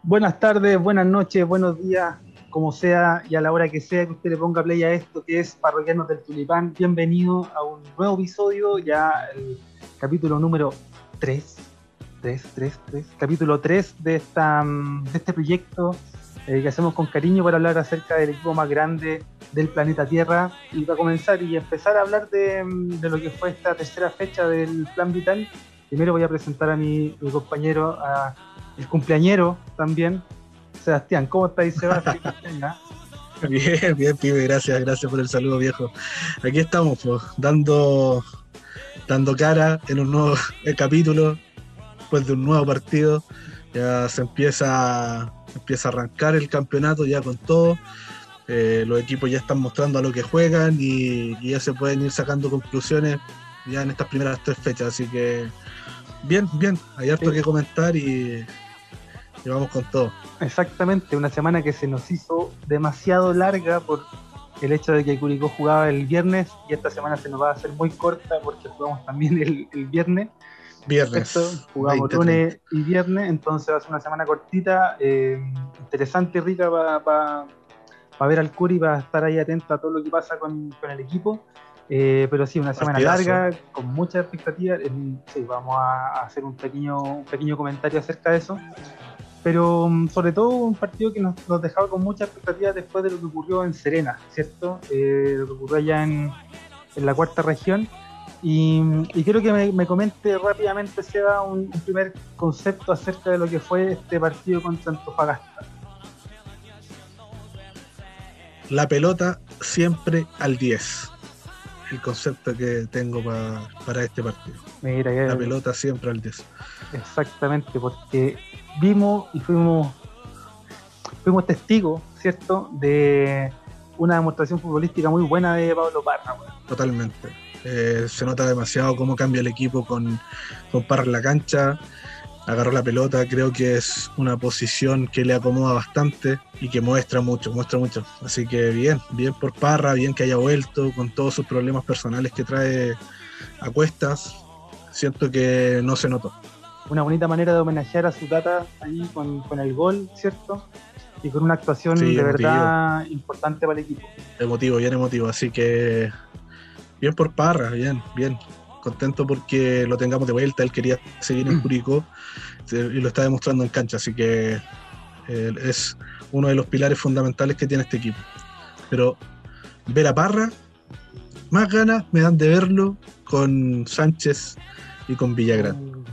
Buenas tardes, buenas noches, buenos días, como sea y a la hora que sea que usted le ponga play a esto que es Parroquianos del Tulipán. Bienvenido a un nuevo episodio, ya el capítulo número 3, capítulo 3 de este proyecto que hacemos con cariño para hablar acerca del equipo más grande del planeta Tierra. Y para comenzar y empezar a hablar de lo que fue esta tercera fecha del Plan Vital, primero voy a presentar a mi compañero, el cumpleañero también, Sebastián. ¿Cómo estáis, Sebastián? Bien, bien, pibe, gracias por el saludo, viejo. Aquí estamos, pues, dando cara en un nuevo capítulo, después de un nuevo partido. Ya empieza a arrancar el campeonato ya con todo. Los equipos ya están mostrando a lo que juegan y ya se pueden ir sacando conclusiones ya en estas primeras 3 fechas. Así que bien, hay harto que comentar y vamos con todo. Exactamente, una semana que se nos hizo demasiado larga por el hecho de que Curicó jugaba el viernes, y esta semana se nos va a hacer muy corta porque jugamos también el viernes. Viernes, Perfecto, jugamos 20:30. lunes y viernes, entonces va a ser una semana cortita, interesante y rica para ver al Curi, para estar ahí atento a todo lo que pasa con el equipo. Pero sí, una semana Partidazo. larga, con mucha expectativa. Sí, vamos a hacer un pequeño comentario acerca de eso. Pero sobre todo un partido que nos dejaba con mucha expectativa después de lo que ocurrió en Serena, ¿cierto? Lo que ocurrió allá en la cuarta región. Y quiero que me comente rápidamente, Seba, un primer concepto acerca de lo que fue este partido contra Antofagasta. La pelota siempre al 10. El concepto que tengo para este partido. Mira, La pelota siempre al 10. exactamente, porque vimos y fuimos testigos, ¿cierto?, de una demostración futbolística muy buena de Pablo Parra. Bueno. Totalmente. Se nota demasiado cómo cambia el equipo con Parra en la cancha. Agarró la pelota, creo que es una posición que le acomoda bastante y que muestra mucho. Así que bien por Parra, bien que haya vuelto con todos sus problemas personales que trae a cuestas. Siento que no se notó. Una bonita manera de homenajear a su tata ahí con el gol, ¿cierto? Y con una actuación Sí, de emotivo. verdad importante para el equipo. Bien emotivo, así que bien por Parra, bien. Contento porque lo tengamos de vuelta, él quería seguir en Curicó y lo está demostrando en cancha, así que es uno de los pilares fundamentales que tiene este equipo. Pero ver a Parra, más ganas me dan de verlo con Sánchez y con Villagrán.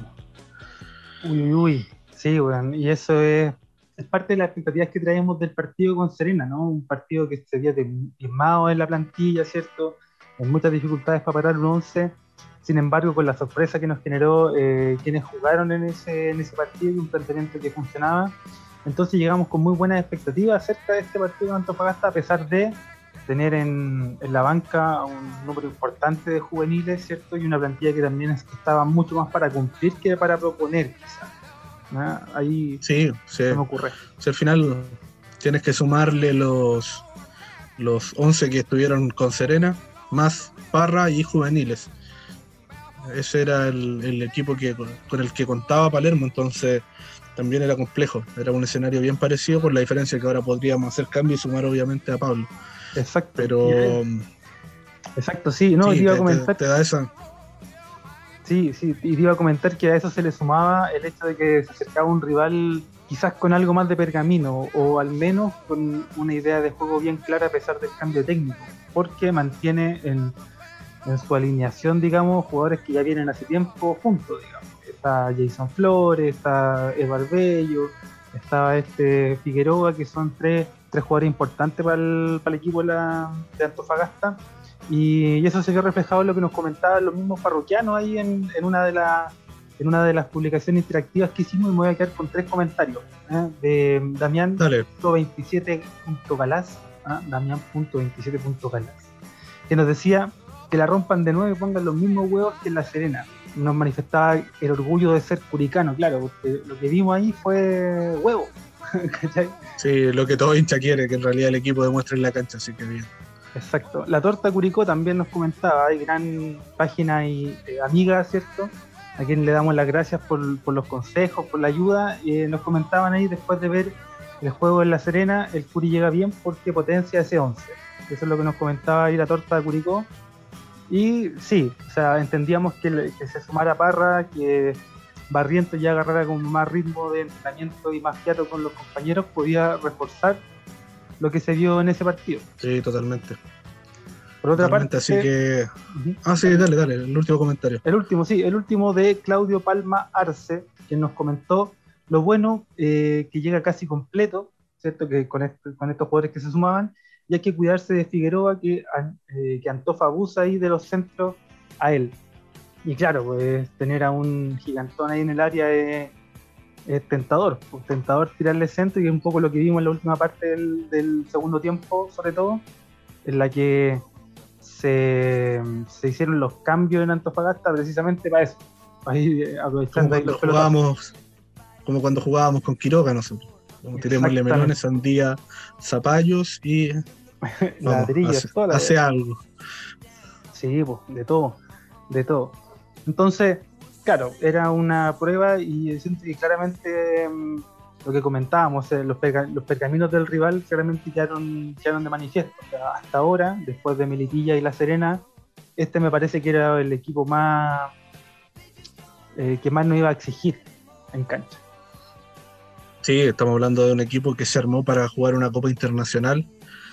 Uy. Sí, bueno, y eso es parte de las expectativas que traemos del partido con Serena, ¿no? Un partido que se había diezmado en la plantilla, ¿cierto? En muchas dificultades para parar un 11. Sin embargo, con la sorpresa que nos generó quienes jugaron en ese partido y un planteamiento que funcionaba, entonces llegamos con muy buenas expectativas acerca de este partido con Antofagasta, a pesar de tener en la banca un número importante de juveniles, ¿cierto? Y una plantilla que también estaba mucho más para cumplir que para proponer, quizás. Ahí Sí, se me ocurre. Si al final tienes que sumarle los 11 que estuvieron con Serena, más Parra y juveniles. Ese era el equipo con el que contaba Palermo, entonces también era complejo. Era un escenario bien parecido, por la diferencia que ahora podríamos hacer cambio y sumar obviamente a Pablo. Exacto. Pero exacto, sí, no, sí, te iba a comentar. te da esa. Sí, y te iba a comentar que a eso se le sumaba el hecho de que se acercaba un rival quizás con algo más de pergamino, o al menos con una idea de juego bien clara a pesar del cambio técnico, porque mantiene en su alineación, digamos, jugadores que ya vienen hace tiempo juntos, digamos. Está Jason Flores, está Evar Bello, estaba Figueroa, que son tres jugadores importantes para el equipo de Antofagasta. Y eso se vio reflejado en lo que nos comentaban los mismos parroquianos ahí en una de las publicaciones interactivas que hicimos, y me voy a quedar con 3 comentarios de Damián.27.galaz, Damián.27.galaz, que nos decía que la rompan de nuevo y pongan los mismos huevos que en La Serena. Nos manifestaba el orgullo de ser curicano, claro, porque lo que vimos ahí fue huevo. ¿Cachai? Sí, lo que todo hincha quiere, que en realidad el equipo demuestre en la cancha, así que bien. Exacto. La Torta Curicó también nos comentaba, hay gran página y amiga, ¿cierto?, a quien le damos las gracias por los consejos, por la ayuda. Nos comentaban ahí, después de ver el juego en La Serena, el Curi llega bien porque potencia ese 11. Eso es lo que nos comentaba ahí la torta de Curicó. Y sí, o sea, entendíamos que se sumara Parra, que Barrientos ya agarrara con más ritmo de entrenamiento y más fiato con los compañeros, podía reforzar lo que se vio en ese partido. Sí, totalmente. Por otra Totalmente, parte, así que... sí, dale, el último comentario. El último de Claudio Palma Arce, quien nos comentó lo bueno que llega casi completo, ¿cierto? Que con estos jugadores que se sumaban, y hay que cuidarse de Figueroa, que Antofa abusa ahí de los centros a él. Y claro, pues tener a un gigantón ahí en el área es tentador, pues, tentador tirarle centro, y es un poco lo que vimos en la última parte del segundo tiempo, sobre todo, en la que se hicieron los cambios en Antofagasta precisamente para eso, para ir aprovechando ahí los pelotazos. Como cuando jugábamos con Quiroga nosotros, como tirémosle melones, sandía, zapallos y ladrillos, hace algo. Sí, pues, de todo. Entonces, claro, era una prueba y claramente lo que comentábamos, los pergaminos del rival claramente quedaron de manifiesto. O sea, hasta ahora, después de Melipilla y La Serena, este me parece que era el equipo más que más nos iba a exigir en cancha. Sí, estamos hablando de un equipo que se armó para jugar una Copa Internacional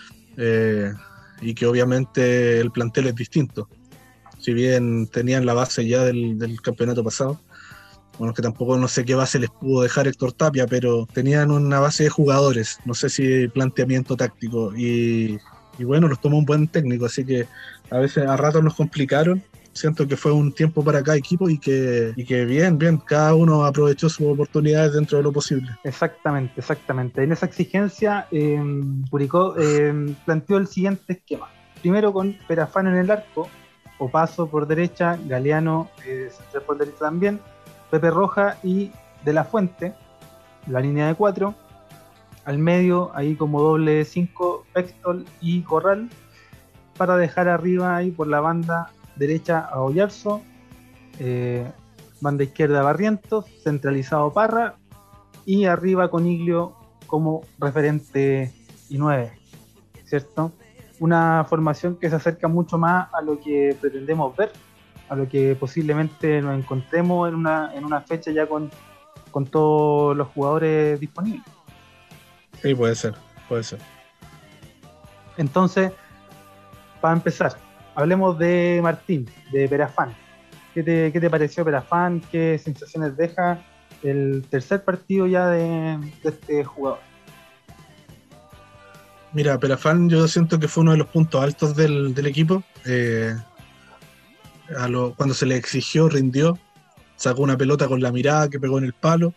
y que obviamente el plantel es distinto. Si bien tenían la base ya del campeonato pasado, bueno, que tampoco no sé qué base les pudo dejar Héctor Tapia, pero tenían una base de jugadores, no sé si planteamiento táctico, y bueno, los tomó un buen técnico, así que a veces a ratos nos complicaron. Siento que fue un tiempo para cada equipo y que bien, cada uno aprovechó sus oportunidades dentro de lo posible. Exactamente. En esa exigencia, Curicó planteó el siguiente esquema. Primero con Perafano en el arco, Opaso por derecha, Galeano central por derecha también, Pepe Roja y De La Fuente, la línea de 4. Al medio, ahí como doble 5, Pextol y Corral, para dejar arriba ahí por la banda derecha a Oyarzo, banda izquierda Barrientos, centralizado Parra, y arriba Coniglio como referente y 9, ¿cierto? Una formación que se acerca mucho más a lo que pretendemos ver, a lo que posiblemente nos encontremos en una fecha ya con todos los jugadores disponibles. Sí, puede ser. Entonces, para empezar, hablemos de Martín, de Perafán. ¿Qué te pareció Perafán? ¿Qué sensaciones deja el tercer partido ya de este jugador? Mira, Perafán yo siento que fue uno de los puntos altos del equipo. Cuando se le exigió, rindió. Sacó una pelota con la mirada que pegó en el palo.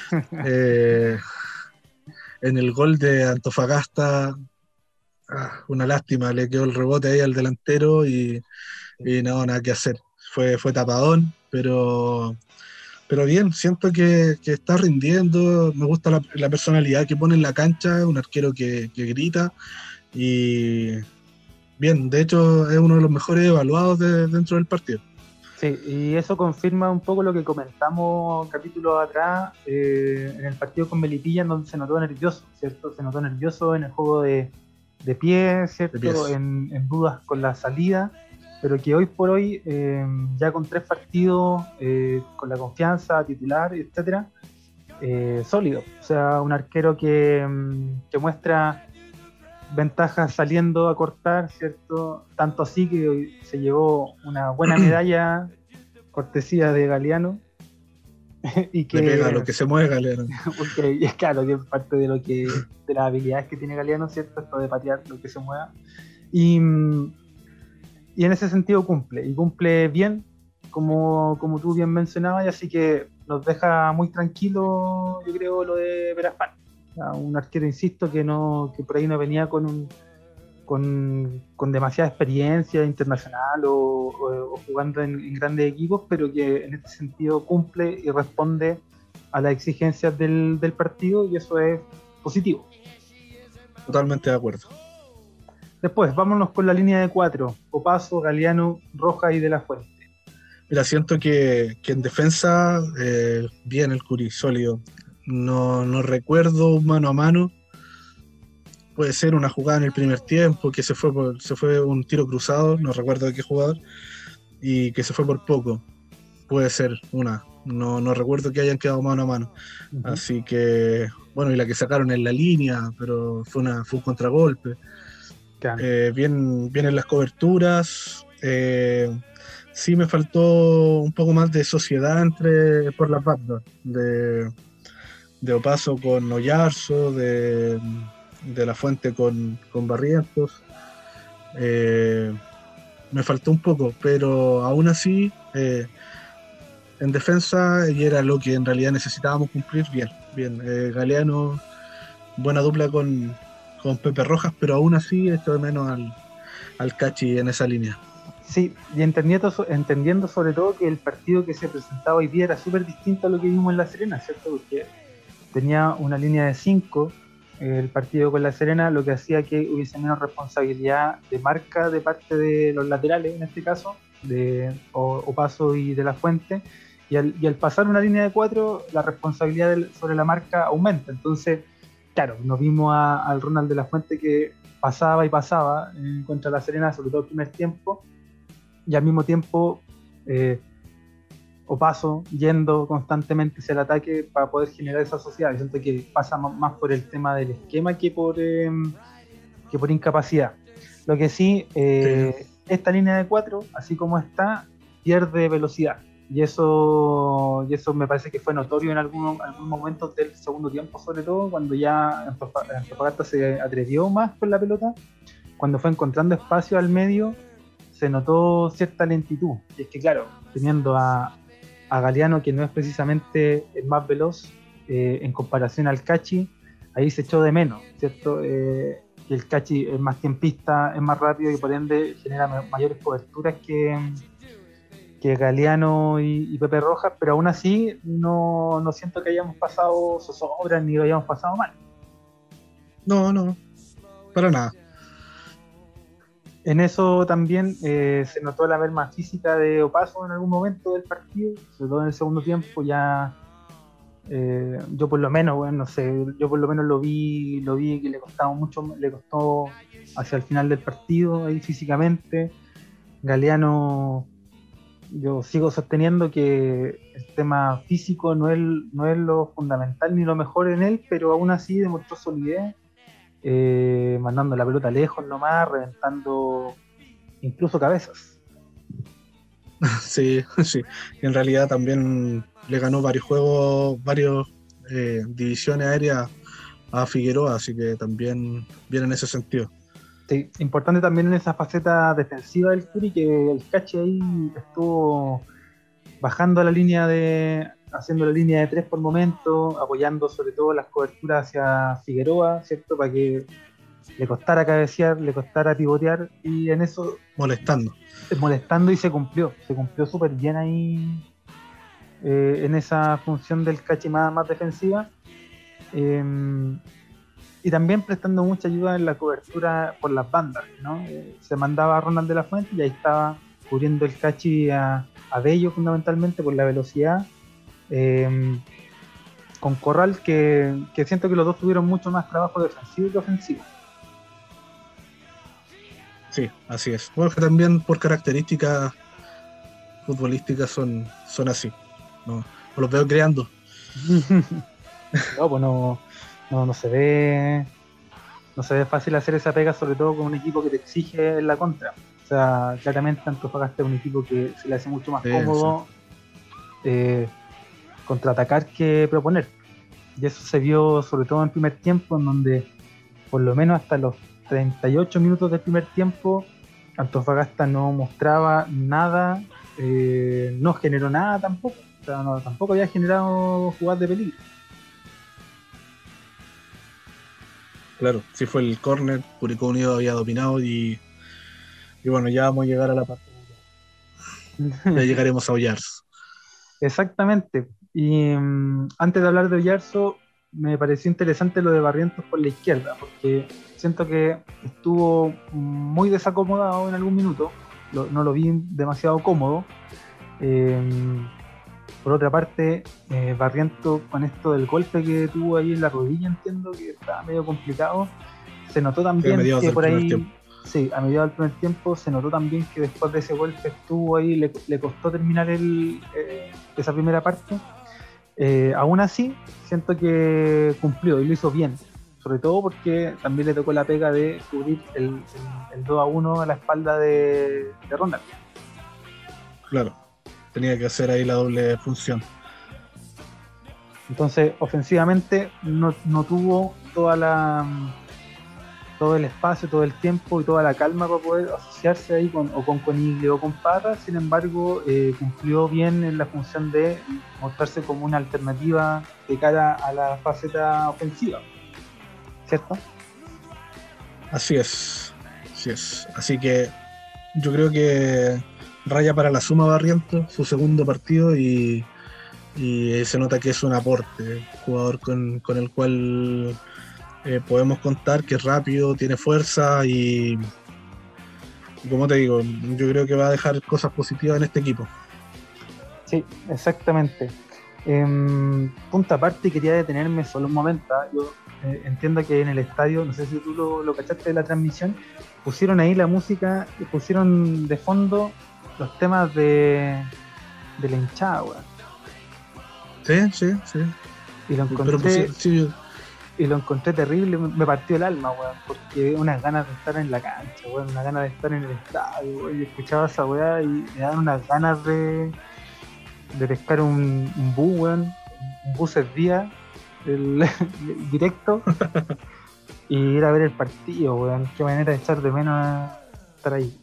En el gol de Antofagasta, una lástima, le quedó el rebote ahí al delantero y no, nada que hacer. Fue tapadón, pero bien, siento que está rindiendo. Me gusta la personalidad que pone en la cancha, un arquero que grita, y bien, de hecho es uno de los mejores evaluados dentro del partido. Sí, y eso confirma un poco lo que comentamos capítulos atrás en el partido con Melipilla, en donde se notó nervioso, ¿cierto? Se notó nervioso en el juego de pie, ¿cierto? En dudas con la salida, pero que hoy por hoy, ya con 3 partidos, con la confianza titular, etcétera, sólido. O sea, un arquero que muestra ventajas saliendo a cortar, ¿cierto? Tanto así que hoy se llevó una buena medalla, cortesía de Galeano. Y que le pega a lo que se mueve Galeano. Porque es claro que es parte de las habilidades que tiene Galeano, ¿cierto? Esto de patear lo que se mueva. Y en ese sentido cumple bien, como tú bien mencionabas, y así que nos deja muy tranquilo, yo creo, lo de Perafán. Un arquero, insisto, que por ahí no venía con demasiada experiencia internacional o jugando en grandes equipos, pero que en este sentido cumple y responde a las exigencias del partido, y eso es positivo. Totalmente de acuerdo. Después, vámonos con la línea de 4, Opaso, Galeano, Roja y De La Fuente. Mira, siento que en defensa, bien el Curi, sólido. No recuerdo un mano a mano. Puede ser una jugada en el primer tiempo, que se fue un tiro cruzado, no recuerdo de qué jugador, y que se fue por poco. Puede ser una. No recuerdo que hayan quedado mano a mano. Ujú. Así que, bueno, y la que sacaron en la línea, pero fue un contragolpe. Claro. Bien en las coberturas. Sí me faltó un poco más de sociedad por las bandas. De Opaso con Oyarzo, de La Fuente con Barrientos. Eh, Me faltó un poco, pero aún así, en defensa, y era lo que en realidad necesitábamos cumplir, bien. Bien, Galeano, buena dupla con Pepe Rojas, pero aún así esto de menos al Cachi en esa línea. Sí, y entendiendo sobre todo que el partido que se presentaba hoy día era súper distinto a lo que vimos en La Serena, ¿cierto? Porque tenía una línea de 5 el partido con La Serena, lo que hacía que hubiese menos responsabilidad de marca de parte de los laterales, en este caso, de Opaso y de La Fuente, y al pasar una línea de 4 la responsabilidad sobre la marca aumenta. Entonces, claro, nos vimos al Ronald de La Fuente que pasaba y pasaba contra La Serena, sobre todo el primer tiempo, y al mismo tiempo eh, Opaso yendo constantemente hacia el ataque para poder generar esa sociedad. Yo siento que pasa más por el tema del esquema que por incapacidad. Lo que sí, Sí. esta línea de 4, así como está, pierde velocidad. Y eso me parece que fue notorio en algunos momentos del segundo tiempo, sobre todo cuando ya Antofagasta se atrevió más con la pelota, cuando fue encontrando espacio al medio, se notó cierta lentitud. Y es que, claro, teniendo a Galeano, que no es precisamente el más veloz en comparación al Cachi, ahí se echó de menos, ¿cierto? Que el Cachi es más tiempista, es más rápido y por ende genera mayores coberturas que Galeano y Pepe Rojas, pero aún así no siento que hayamos pasado zozobra ni lo hayamos pasado mal. No, para nada. En eso también se notó la merma física de Opaso en algún momento del partido, sobre todo en el segundo tiempo. Ya yo por lo menos, bueno, no sé, yo por lo menos lo vi que le costaba mucho, le costó hacia el final del partido ahí físicamente. Galeano, yo sigo sosteniendo que el tema físico no es lo fundamental ni lo mejor en él, pero aún así demostró solidez, mandando la pelota lejos nomás, reventando incluso cabezas. Sí, sí. Y en realidad también le ganó varios juegos, varios divisiones aéreas a Figueroa, así que también bien en ese sentido. Sí, importante también en esa faceta defensiva del Curi que el Cachi ahí estuvo bajando haciendo la línea de 3 por momento, apoyando sobre todo las coberturas hacia Figueroa, ¿cierto? Para que le costara cabecear, le costara pivotear, y en eso Molestando. molestando, y se cumplió súper bien ahí en esa función del Cachi más defensiva. Eh, y también prestando mucha ayuda en la cobertura por las bandas, ¿no? Se mandaba a Ronald de la Fuente y ahí estaba cubriendo el Cachi a Bello fundamentalmente por la velocidad, eh, con Corral que siento que los dos tuvieron mucho más trabajo defensivo que ofensivo. Sí, así es. Bueno, que también por características futbolísticas son así. No, no los veo creando. No, pues no se ve fácil hacer esa pega, sobre todo con un equipo que te exige en la contra. O sea, claramente Antofagasta es un equipo que se le hace mucho más Sí. cómodo eh, contraatacar que proponer. Y eso se vio sobre todo en el primer tiempo, en donde por lo menos hasta los 38 minutos del primer tiempo Antofagasta no mostraba nada, no generó nada tampoco. O sea, tampoco había generado jugadas de peligro. Claro, sí fue el córner, Curicó Unido había dominado y bueno, ya vamos a llegar a la parte. Ya llegaremos a Ollars. Exactamente. Y antes de hablar de Oyarzo, me pareció interesante lo de Barrientos por la izquierda, porque siento que estuvo muy desacomodado en algún minuto, no lo vi demasiado cómodo, Por otra parte, Barrientos con esto del golpe que tuvo ahí en la rodilla, entiendo que estaba medio complicado. Se notó A también mediados que del por primer ahí, tiempo. sí, a mediados del primer tiempo, se notó también que después de ese golpe estuvo ahí, le costó terminar esa primera parte. Aún así, siento que cumplió y lo hizo bien. Sobre todo porque también le tocó la pega de cubrir el 2-1 a la espalda de Ronald. Claro, tenía que hacer ahí la doble función. Entonces, ofensivamente, no tuvo todo el espacio, todo el tiempo y toda la calma para poder asociarse ahí con Conigle o con Parra. Sin embargo, cumplió bien en la función de mostrarse como una alternativa de cara a la faceta ofensiva, ¿cierto? Así es, así es. Así que yo creo que raya para la suma Barrientos, su segundo partido, y se nota que es un aporte, jugador con el cual podemos contar, que es rápido, tiene fuerza y como te digo, yo creo que va a dejar cosas positivas en este equipo. Sí, exactamente. Punta aparte, quería detenerme solo un momento. Yo entiendo que en el estadio, no sé si tú lo cachaste de la transmisión, pusieron ahí la música y pusieron de fondo los temas de la hinchada, weón. Sí, sí, sí. Y lo Pero pues, encontré, sí, y lo encontré terrible, me partió el alma, weón, porque unas ganas de estar en la cancha, weón, unas ganas de estar en el estadio, weón. Yo escuchaba esa weá y me dan unas ganas de pescar un bus, weón, un bus el día, el directo, y ir a ver el partido, weón. Qué manera de echar de menos estar ahí.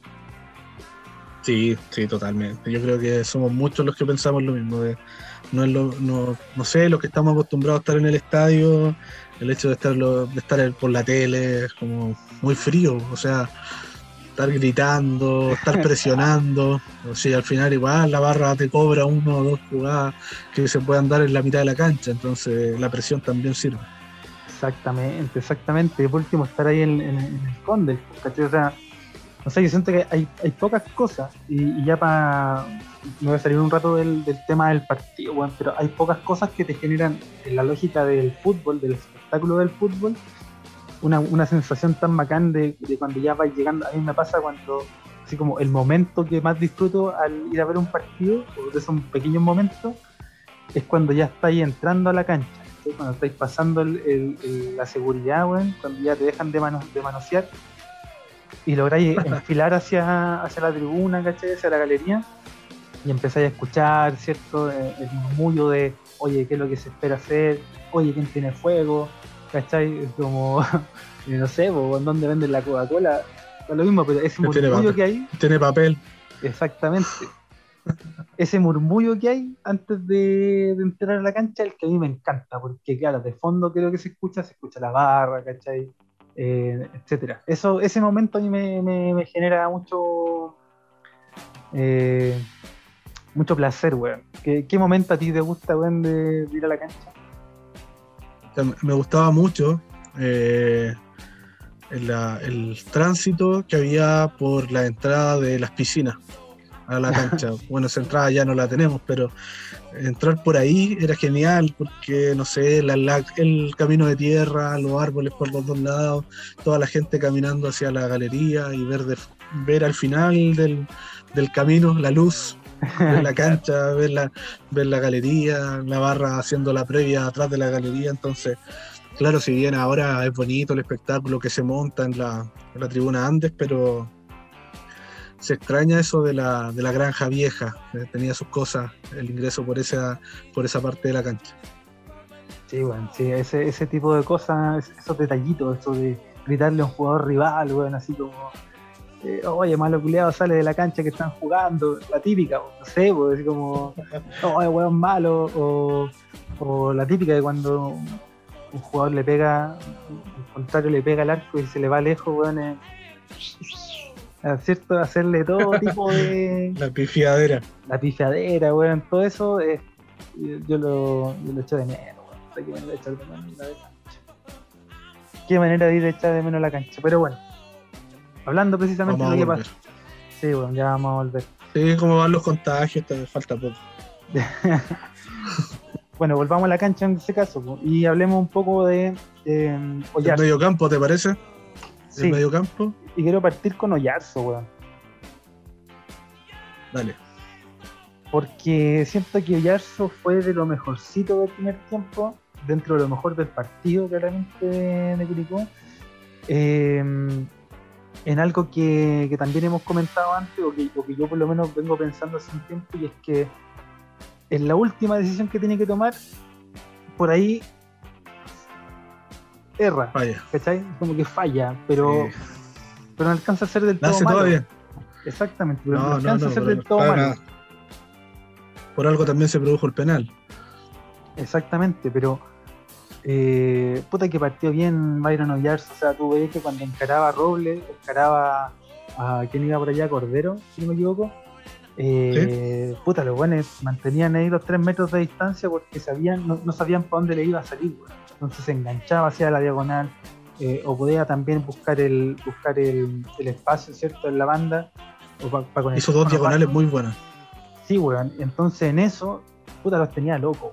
sí, sí, totalmente. Yo creo que somos muchos los que pensamos lo mismo. No, es no sé, los que estamos acostumbrados a estar en el estadio, el hecho de estar por la tele es como muy frío. O sea, estar gritando, estar presionando. O sea, al final igual la barra te cobra uno o dos jugadas que se puedan dar en la mitad de la cancha. Entonces la presión también sirve. Exactamente, exactamente. Y por último, estar ahí en el Condel, ¿cachai? O sea, no sé, yo siento que hay pocas cosas, y ya para. Me voy a salir un rato del tema del partido, weón, pero hay pocas cosas que te generan, en la lógica del fútbol, del espectáculo del fútbol, una sensación tan bacán de cuando ya vas llegando. A mí me pasa cuando, así como el momento que más disfruto al ir a ver un partido, o de esos pequeños momentos, es cuando ya estáis entrando a la cancha, ¿sí? Cuando estáis pasando la seguridad, weón, cuando ya te dejan de manosear y lográis enfilar hacia la tribuna, ¿cachai? Hacia la galería, y empezáis a escuchar, ¿cierto? El murmullo de, oye, ¿qué es lo que se espera hacer? Oye, ¿quién tiene fuego? ¿Cachai? Es como, no sé, ¿en dónde venden la Coca-Cola? Es lo mismo, pero ese Tiene murmullo papel, que hay, tiene papel. exactamente, ese murmullo que hay antes de entrar a la cancha es el que a mí me encanta, porque claro, de fondo creo que se escucha la barra, ¿cachai? Etcétera. Ese momento a mí me genera eh, mucho placer, weón. ¿Qué momento a ti te gusta, weón, de ir a la cancha? Me gustaba mucho el tránsito que había por la entrada de las piscinas a la cancha. Bueno, esa entrada ya no la tenemos, pero entrar por ahí era genial porque, no sé, el camino de tierra, los árboles por los dos lados, toda la gente caminando hacia la galería y ver al final del camino la luz, ver la Claro. cancha, ver la galería, la barra haciendo la previa atrás de la galería. Entonces, claro, si bien ahora es bonito el espectáculo que se monta en la tribuna Andes, pero se extraña eso de la granja vieja. Tenía sus cosas, el ingreso por esa parte de la cancha. Sí, weón, sí, ese tipo de cosas, esos detallitos, eso de gritarle a un jugador rival, weón, así como, oye, malo culiado, sale de la cancha que están jugando, la típica, no sé, pues, así como, oye, weón, malo, o la típica de cuando un jugador le pega, al contrario, le pega al arco y se le va lejos, weón, ¿cierto? Hacerle todo tipo de La pifiadera. la pifiadera, weón, todo eso yo lo echo de menos, weón. No sé qué manera de echar de menos la cancha. Qué manera de ir a echar de menos la cancha, pero bueno, hablando precisamente Vamos de a lo que volver. pasa. Sí, bueno, ya vamos a volver. Sí, como van los contagios, te falta poco. Bueno, volvamos a la cancha en ese caso po, y hablemos un poco de El Oyarzo. medio campo, ¿te parece? Sí, El medio campo, y quiero partir con Oyarzo, weón. dale. Porque siento que Oyarzo fue de lo mejorcito del primer tiempo, dentro de lo mejor del partido, claramente, de Curicó. En algo que también hemos comentado antes, o que yo por lo menos vengo pensando hace un tiempo, y es que en la última decisión que tiene que tomar, por ahí erra, Vaya. ¿cachai? Como que falla, pero Sí. no alcanza a ser del La todo hace malo. todavía. Exactamente, pero no No, alcanza a ser del todo para malo. nada. Por algo también se produjo el penal. Exactamente, pero puta que partió bien Byron Oyarzo. O sea, tú veías que cuando encaraba a Robles, encaraba a quien iba por allá, Cordero, si no me equivoco. Puta, los buenos mantenían ahí los 3 metros de distancia porque no sabían para dónde le iba a salir, weón. Entonces se enganchaba hacia la diagonal, o podía también buscar el espacio, ¿cierto?, en la banda, o para conectar. Hizo 2 diagonales muy buenas. Sí, weón. Entonces en eso, puta, los tenía locos.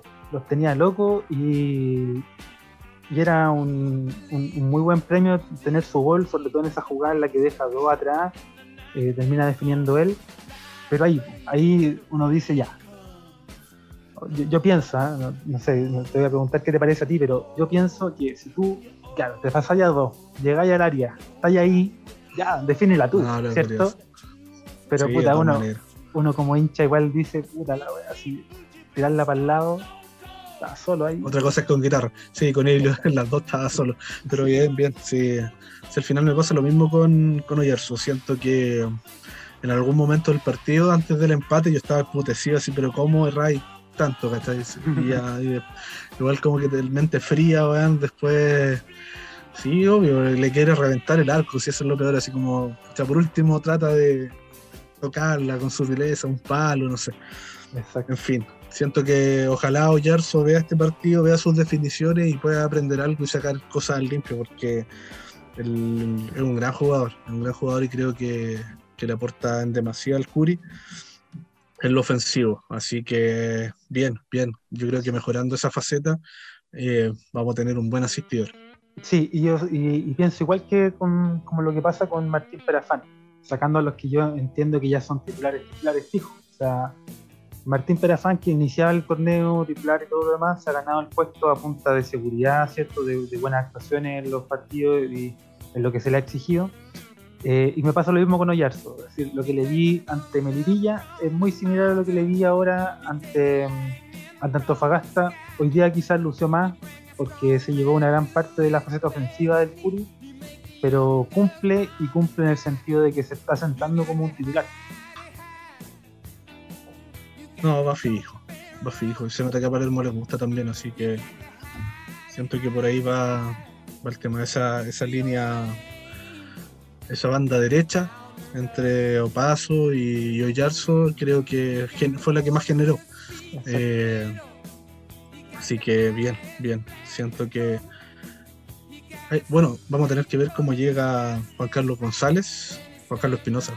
Y era un muy buen premio tener su gol, sobre todo en esa jugada en la que deja 2 atrás, termina definiendo él. Pero ahí uno dice ya. Yo pienso, no sé, te voy a preguntar qué te parece a ti, pero yo pienso que si tú, claro, te pasas a 2, llegáis al área, estás ahí, ya, defínela tú, No, ¿cierto? curioso. Pero Sí, puta, de todas maneras. uno como hincha igual dice, puta la wea, así, tirarla para el lado, está solo ahí. Otra cosa es con guitarra. Sí, con ellos en las dos estaba solo. Pero bien, bien. Sí. Si al final me pasa lo mismo con Oyarzo. Siento que en algún momento del partido, antes del empate, yo estaba emputecido así, pero ¿cómo erráis tanto? ¿Cachai? Igual como que mente fría, weón. Después, sí, obvio, le quiere reventar el arco, si eso es lo peor. Así como, o sea, por último trata de tocarla con sutileza, un palo, no sé. Exacto. En fin, siento que ojalá Oyarzo vea este partido, vea sus definiciones y pueda aprender algo y sacar cosas al limpio, porque es un gran jugador, y creo que le aporta en demasía al Curi en lo ofensivo. Así que bien, bien. Yo creo que mejorando esa faceta vamos a tener un buen asistidor. Sí, y pienso igual que como lo que pasa con Martín Perafán, sacando a los que yo entiendo que ya son titulares fijos. O sea, Martín Perafán, que iniciaba el torneo titular y todo lo demás, se ha ganado el puesto a punta de seguridad, ¿cierto? De buenas actuaciones en los partidos y en lo que se le ha exigido. Y me pasa lo mismo con Oyarzo. Es decir, lo que le vi ante Melipilla es muy similar a lo que le vi ahora ante Antofagasta. Hoy día quizás lució más porque se llevó una gran parte de la faceta ofensiva del Curi, pero cumple en el sentido de que se está sentando como un titular. No, va fijo. Y se nota que a Palermo le gusta también, así que siento que por ahí va el tema de esa línea, esa banda derecha entre Opaso y Oyarzo, creo que fue la que más generó. Así que bien, bien. Siento que bueno, vamos a tener que ver cómo llega Juan Carlos Espinosa.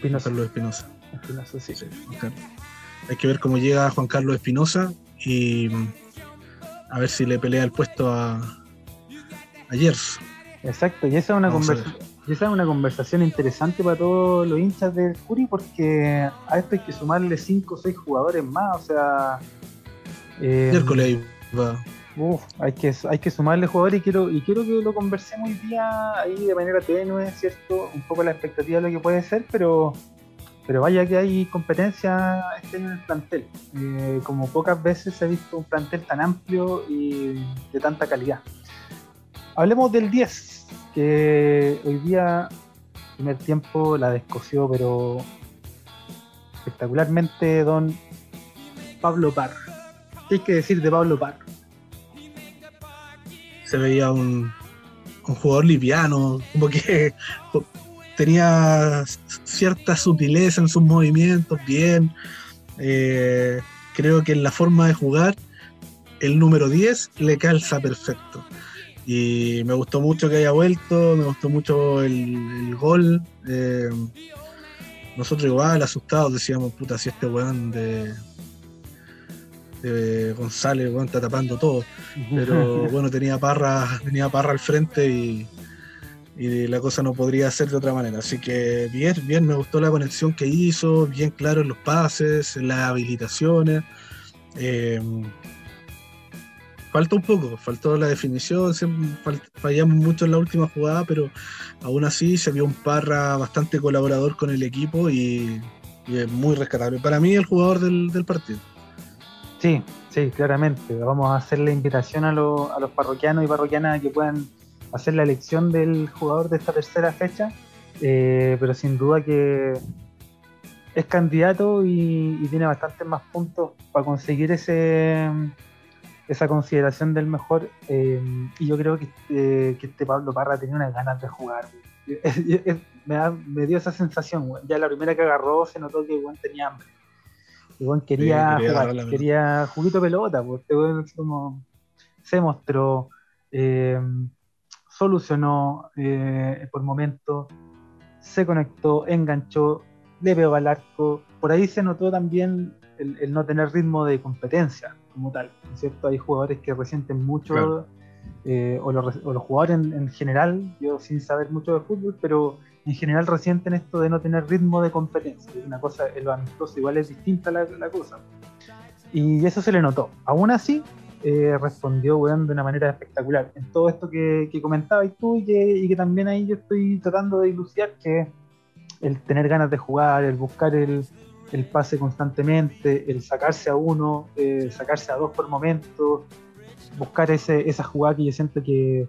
Sí. Sí, hay que ver cómo llega Juan Carlos Espinosa y a ver si le pelea el puesto a Yerso. Exacto, y esa es una conversación interesante para todos los hinchas del Curi, porque a esto hay que sumarle 5 o 6 jugadores más, o sea, Miércoles ahí va. hay que sumarle jugadores y quiero que lo conversemos hoy día ahí de manera tenue, ¿cierto? Un poco la expectativa de lo que puede ser, pero vaya que hay competencia en el plantel. Como pocas veces se ha visto un plantel tan amplio y de tanta calidad. Hablemos del 10, que hoy día, primer tiempo, la descoció, pero espectacularmente, don Pablo Parra. ¿Qué hay que decir de Pablo Parra? Se veía un jugador liviano, como que tenía cierta sutileza en sus movimientos, bien. Creo que en la forma de jugar, el número 10 le calza perfecto. Y me gustó mucho que haya vuelto, me gustó mucho el gol. nosotros igual asustados decíamos, puta, si este weón de González, weón, está tapando todo. Pero bueno, tenía Parra al frente y la cosa no podría ser de otra manera. Así que bien, me gustó la conexión que hizo, bien claro en los pases, en las habilitaciones. Eh, Falta un poco, faltó la definición, fallamos mucho en la última jugada, pero aún así se vio un Parra bastante colaborador con el equipo y es muy rescatable. Para mí el jugador del partido. Sí, sí, claramente. Vamos a hacer la invitación a los parroquianos y parroquianas que puedan hacer la elección del jugador de esta tercera fecha, pero sin duda que es candidato y tiene bastantes más puntos para conseguir esa consideración del mejor, y yo creo que este Pablo Parra tenía unas ganas de jugar. Me dio esa sensación, güey. Ya la primera que agarró se notó que el tenía hambre. El weón quería Quería jugar, agarrar la pelota. quería juguito de pelota, pues este weón como se mostró, eh, solucionó por momentos, se conectó, enganchó, le pegó al arco. Por ahí se notó también el no tener ritmo de competencia como tal, ¿no es cierto? Hay jugadores que resienten Claro. mucho, o los jugadores en general, yo sin saber mucho de fútbol, pero en general resienten esto de no tener ritmo de competencia. Una cosa, en lo amistoso igual es distinta la cosa. Y eso se le notó. Aún así, respondió, weón, de una manera espectacular. En todo esto que comentabas tú y que también ahí yo estoy tratando de dilucidar, que el tener ganas de jugar, el buscar el pase constantemente, el sacarse a uno, sacarse a dos por momento, buscar esa jugada que yo siento que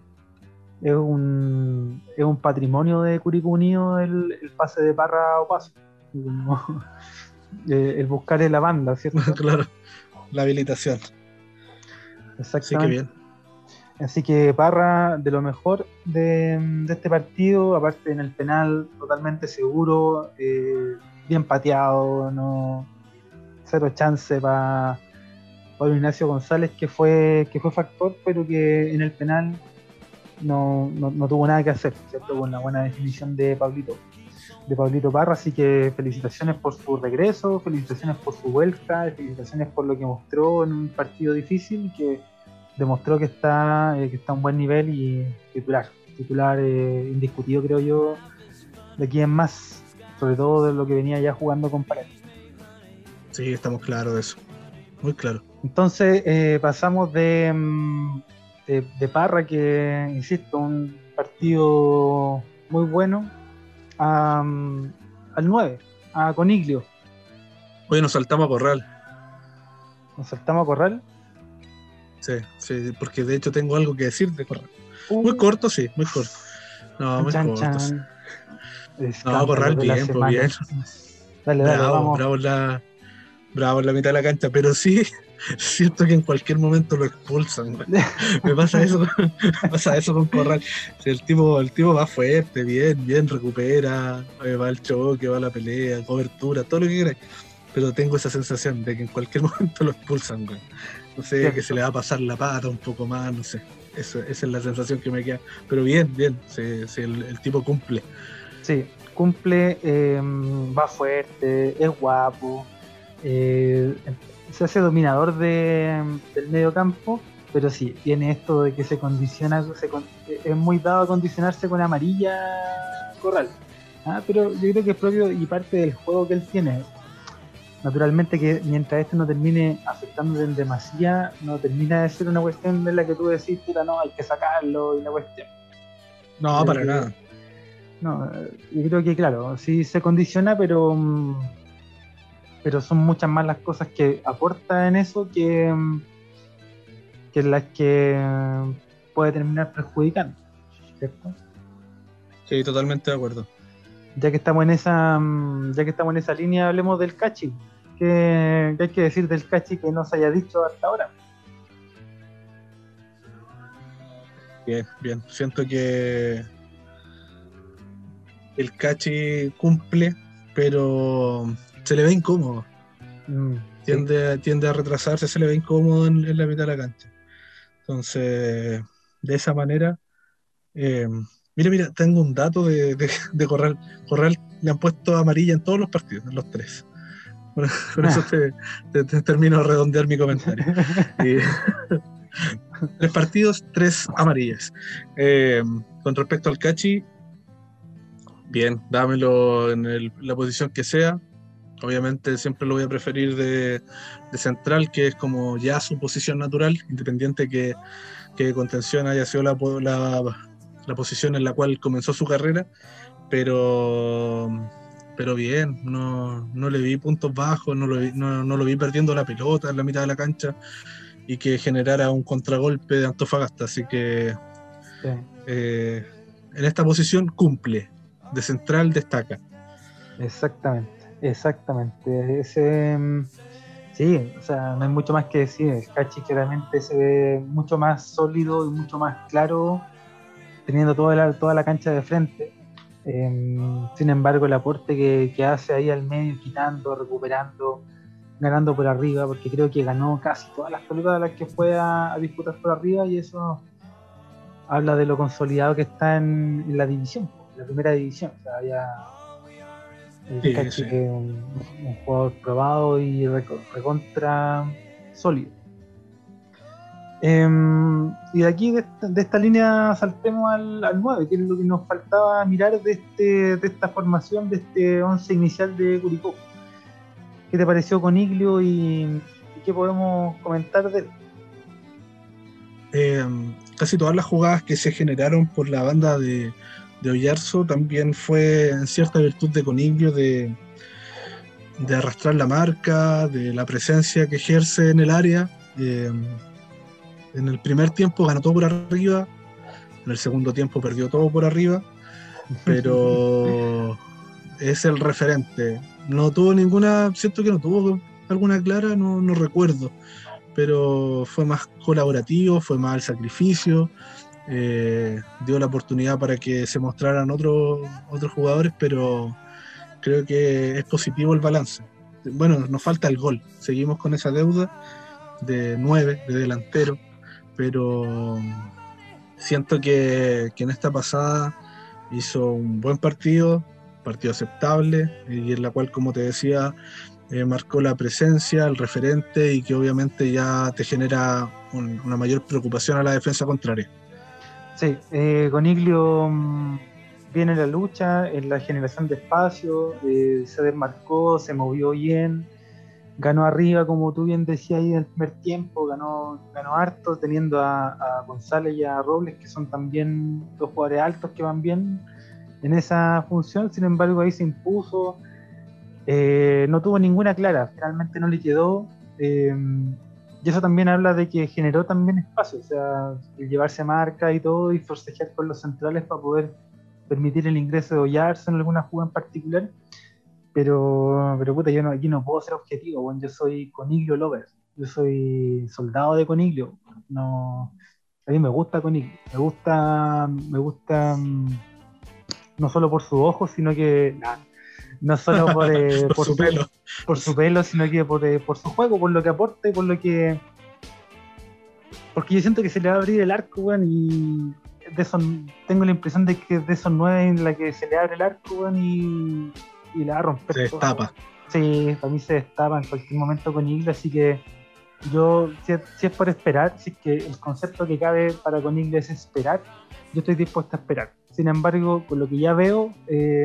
es un patrimonio de Curicó Unido, el pase de Parra o paso. Como, el buscar la banda, ¿cierto? Claro, la habilitación. Sí, que Exactamente. bien. Así que Parra, de lo mejor de este partido, aparte en el penal, totalmente seguro, bien pateado, no, cero chance para Ignacio González, que fue factor, pero que en el penal no tuvo nada que hacer, ¿cierto? Con la buena definición de Pablito Parra. Así que felicitaciones por su regreso, felicitaciones por su vuelta, felicitaciones por lo que mostró en un partido difícil, que demostró que está a un buen nivel y titular indiscutido, creo yo, de aquí en más, sobre todo de lo que venía ya jugando con Paredes. Sí, estamos claros de eso. Muy claro. Entonces pasamos de Parra, que insisto, un partido muy bueno, al 9, a Coniglio. Hoy nos saltamos a Corral. Nos saltamos a Corral. Sí, sí, porque de hecho tengo algo que decir de Corral. Muy Uh, corto, sí, muy corto. No, chan, muy chan, corto, sí. chan. El No, escándalo Corral de la bien, pues bien. semana. Dale, dale, Bravo, vamos. bravo en la mitad de la cancha, pero sí, siento que en cualquier momento lo expulsan, güey. Me pasa eso, pasa eso con Corral. Si el tipo va fuerte, bien, recupera, va al choque, va a la pelea, cobertura, todo lo que quieras. Pero tengo esa sensación de que en cualquier momento lo expulsan, güey. No sé, que se Cierto. le va a pasar la pata un poco más, no sé. Esa es la sensación que me queda. Pero bien, sí, el tipo cumple. Sí, cumple, va fuerte, es guapo, eh, se hace dominador del medio campo, pero sí, tiene esto de que se condiciona, es muy dado a condicionarse con amarilla Corral. Pero yo creo que es propio y parte del juego que él tiene. Naturalmente que mientras esto no termine afectando en demasía, no termina de ser una cuestión de la que tú decís, puta, no, hay que sacarlo y la cuestión. Yo No, creo para que nada. no, yo creo que claro, sí se condiciona, pero son muchas más las cosas que aporta en eso que las que puede terminar perjudicando, ¿cierto? Sí, totalmente de acuerdo. Ya que estamos en esa línea, hablemos del Cachi. ¿Qué hay que decir del Cachi que no se haya dicho hasta ahora? Bien. Siento que el Cachi cumple, pero se le ve incómodo. Sí, Tiende a retrasarse, se le ve incómodo en la mitad de la cancha. Entonces, de esa manera, eh, mira, tengo un dato de Corral. Corral le han puesto amarilla en todos los partidos, en los 3. Por eso te termino de redondear mi comentario. 3 partidos, 3 amarillas. Con respecto al Cachi, bien, dámelo en la posición que sea. Obviamente siempre lo voy a preferir de central, que es como ya su posición natural, independiente que contención haya sido la posición en la cual comenzó su carrera, pero bien, no le vi puntos bajos, no lo vi perdiendo la pelota en la mitad de la cancha y que generara un contragolpe de Antofagasta, así que Sí. En esta posición cumple, de central destaca. Exactamente. Sí, o sea, no hay mucho más que decir. El Cachi claramente se ve mucho más sólido y mucho más claro, teniendo toda la cancha de frente. Sin embargo, el aporte que hace ahí al medio, quitando, recuperando, ganando por arriba, porque creo que ganó casi todas las pelotas a las que fue a disputar por arriba, y eso habla de lo consolidado que está en la división, en la primera división. O sea, ya el Cachi es un jugador probado y recontra sólido. Y de aquí, de esta línea, saltemos al 9, que es lo que nos faltaba mirar de esta formación, de este 11 inicial de Curicó. ¿Qué te pareció Coniglio y qué podemos comentar de él? Casi todas las jugadas que se generaron por la banda de Oyarzo también fue en cierta virtud de Coniglio, de arrastrar la marca, de la presencia que ejerce en el área. En el primer tiempo ganó todo por arriba, en el segundo tiempo perdió todo por arriba, pero es el referente. Siento que no tuvo alguna clara, no recuerdo, pero fue más colaborativo, fue más al sacrificio, dio la oportunidad para que se mostraran otros jugadores, pero creo que es positivo el balance. Bueno, nos falta el gol, seguimos con esa deuda de 9, de delantero, pero siento que en esta pasada hizo un buen partido aceptable, y en la cual, como te decía, marcó la presencia, el referente, y que obviamente ya te genera una mayor preocupación a la defensa contraria. Sí, Coniglio viene en la lucha, en la generación de espacio, se desmarcó, se movió bien, ganó arriba, como tú bien decías ahí en el primer tiempo, ganó harto, teniendo a González y a Robles, que son también dos jugadores altos que van bien en esa función. Sin embargo, ahí se impuso, no tuvo ninguna clara, finalmente no le quedó, y eso también habla de que generó también espacio, o sea, el llevarse marca y todo, y forcejear con los centrales para poder permitir el ingreso de Oyarzo en alguna jugada en particular. Pero puta, aquí no puedo ser objetivo, bueno, yo soy Coniglio lover, yo soy soldado de Coniglio. No, a mí me gusta Coniglio, me gusta no solo por sus ojos, sino que no solo por su pelo, por su pelo, sino que por su juego, por lo que aporta y porque yo siento que se le va a abrir el arco, weón, y tengo la impresión de que de esos 9 en la que se le abre el arco, weón, y la va a romper. Se destapa. Sí, para mí se destapa en cualquier momento Coniglio, así que yo, si es por esperar, si es que el concepto que cabe para Coniglio es esperar, yo estoy dispuesto a esperar. Sin embargo, con lo que ya veo,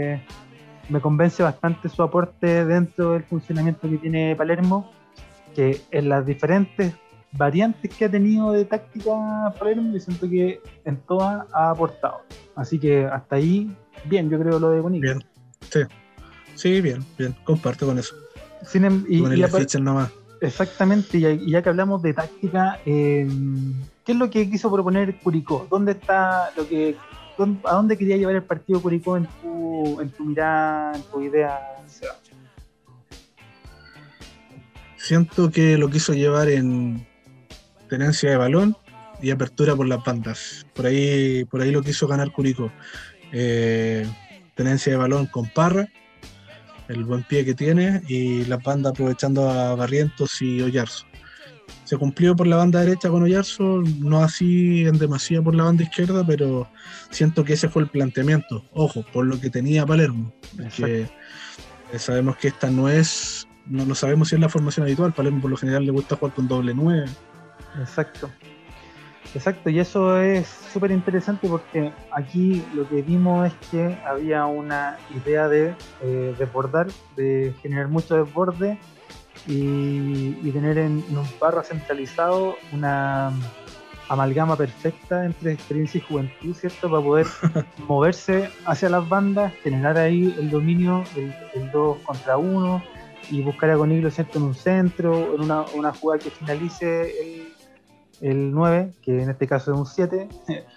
me convence bastante su aporte dentro del funcionamiento que tiene Palermo, que en las diferentes variantes que ha tenido de táctica Palermo, yo siento que en todas ha aportado. Así que hasta ahí, bien, yo creo lo de Coniglio. Bien, sí, bien, comparto con eso. Nomás. Exactamente, y ya que hablamos de táctica, ¿qué es lo que quiso proponer Curicó? ¿A dónde quería llevar el partido Curicó en tu mirada, en tu idea, Seba? Siento que lo quiso llevar en tenencia de balón y apertura por las bandas. Por ahí lo quiso ganar Curicó. Tenencia de balón con Parra, el buen pie que tiene, y las bandas aprovechando a Barrientos y Oyarzo. se cumplió por la banda derecha con Oyarzo, no así en demasía por la banda izquierda, pero siento que ese fue el planteamiento. Ojo, por lo que tenía Palermo, porque sabemos que esta no sabemos si es la formación habitual. Palermo por lo general le gusta jugar con doble 9. Exacto. Exacto, y eso es súper interesante porque aquí lo que vimos es que había una idea de desbordar, de generar mucho desborde y tener en un Parra centralizado una amalgama perfecta entre experiencia y juventud, ¿cierto? Para poder moverse hacia las bandas, generar ahí el dominio, el 2 contra 1 y buscar a Coniglio, ¿cierto? En un centro, en una jugada que finalice el 9, que en este caso es un 7,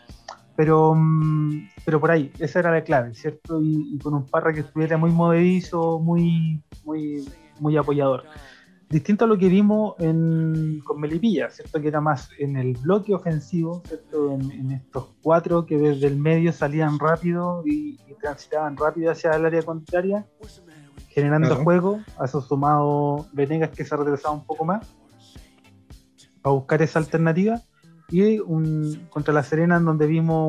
pero por ahí, esa era la clave, ¿cierto? Y con un Parra que estuviera muy movedizo, muy apoyador. Distinto a lo que vimos con Melipilla, ¿cierto? Que era más en el bloque ofensivo, ¿cierto? En estos 4 que desde el medio salían rápido y transitaban rápido hacia el área contraria, generando juego, a eso sumado Venegas que se retrasaba un poco más a buscar esa alternativa, y contra La Serena en donde vimos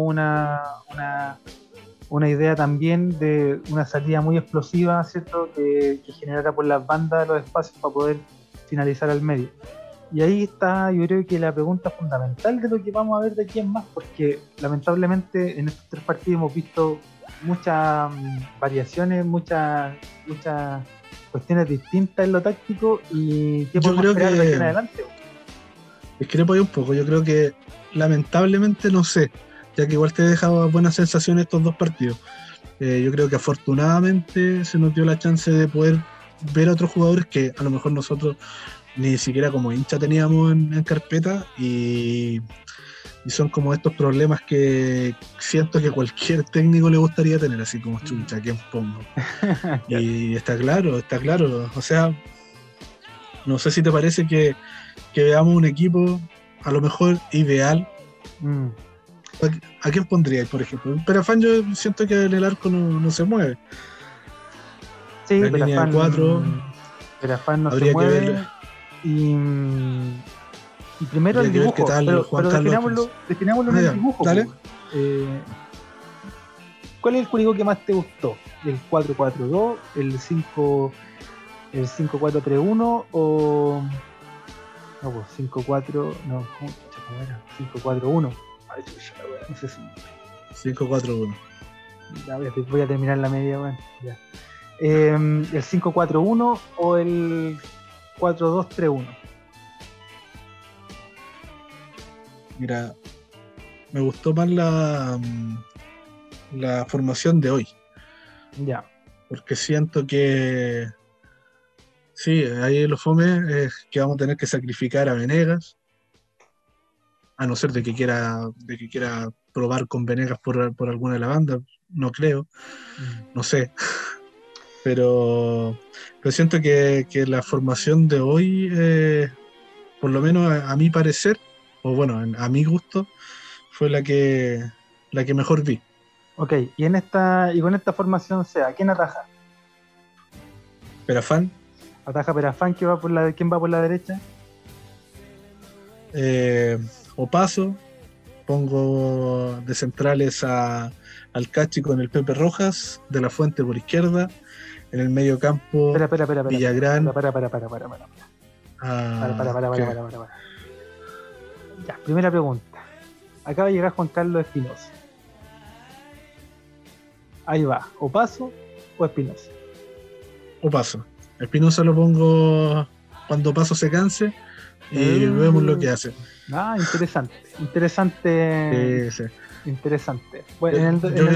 una idea también de una salida muy explosiva, ¿cierto? Que generara por las bandas los espacios para poder finalizar al medio. Y ahí está, yo creo que la pregunta fundamental de lo que vamos a ver de aquí en más, porque lamentablemente en estos 3 partidos hemos visto muchas variaciones, muchas cuestiones distintas en lo táctico, y qué podemos esperar de aquí en adelante. Discrepo ahí un poco, yo creo que lamentablemente no sé, ya que igual te dejaba buenas sensaciones estos 2 partidos. Yo creo que afortunadamente se nos dio la chance de poder ver a otros jugadores que a lo mejor nosotros ni siquiera como hincha teníamos en carpeta, y son como estos problemas que siento que cualquier técnico le gustaría tener, así como chucha, ¿quién pongo? Y está claro, o sea, no sé si te parece que veamos un equipo a lo mejor ideal. ¿A quién pondríais, por ejemplo? Perafán, yo siento que en el arco no se mueve. Sí, la línea de 4 Perafán no se mueve. Y primero el dibujo, qué tal, pero definámoslo en el dibujo. Dale. ¿Cuál es el Curicó que más te gustó? ¿El 4-4-2? ¿El 5-4-3-1? ¿O no, pues 5-4, no, ¿cómo era? 5-4-1. No sé si 5-4-1. Voy a terminar la media, bueno, ya. ¿El 5-4-1 o el 4-2-3-1? Mira, me gustó más la formación de hoy. Ya. Porque siento que sí, ahí lo fome es que vamos a tener que sacrificar a Venegas, a no ser de que quiera probar con Venegas por alguna de la banda, no creo, no sé. Pero siento que la formación de hoy, por lo menos a mi parecer, o bueno, a mi gusto, fue la que mejor vi. Ok, y con esta formación, ¿quién ataja? Perafán. Ataja Perafán, ¿quién va por la derecha? Opaso. Pongo de centrales al Cachi con el Pepe Rojas, de la Fuente por izquierda. En el medio campo, Villagrán. Para. Ya, primera pregunta. Acaba de llegar Juan Carlos Espinosa. Ahí va, ¿Opaso o Espinosa? Opaso. Espinosa lo pongo cuando Opaso se canse y vemos lo que hace. Interesante. Sí. Interesante. Bueno,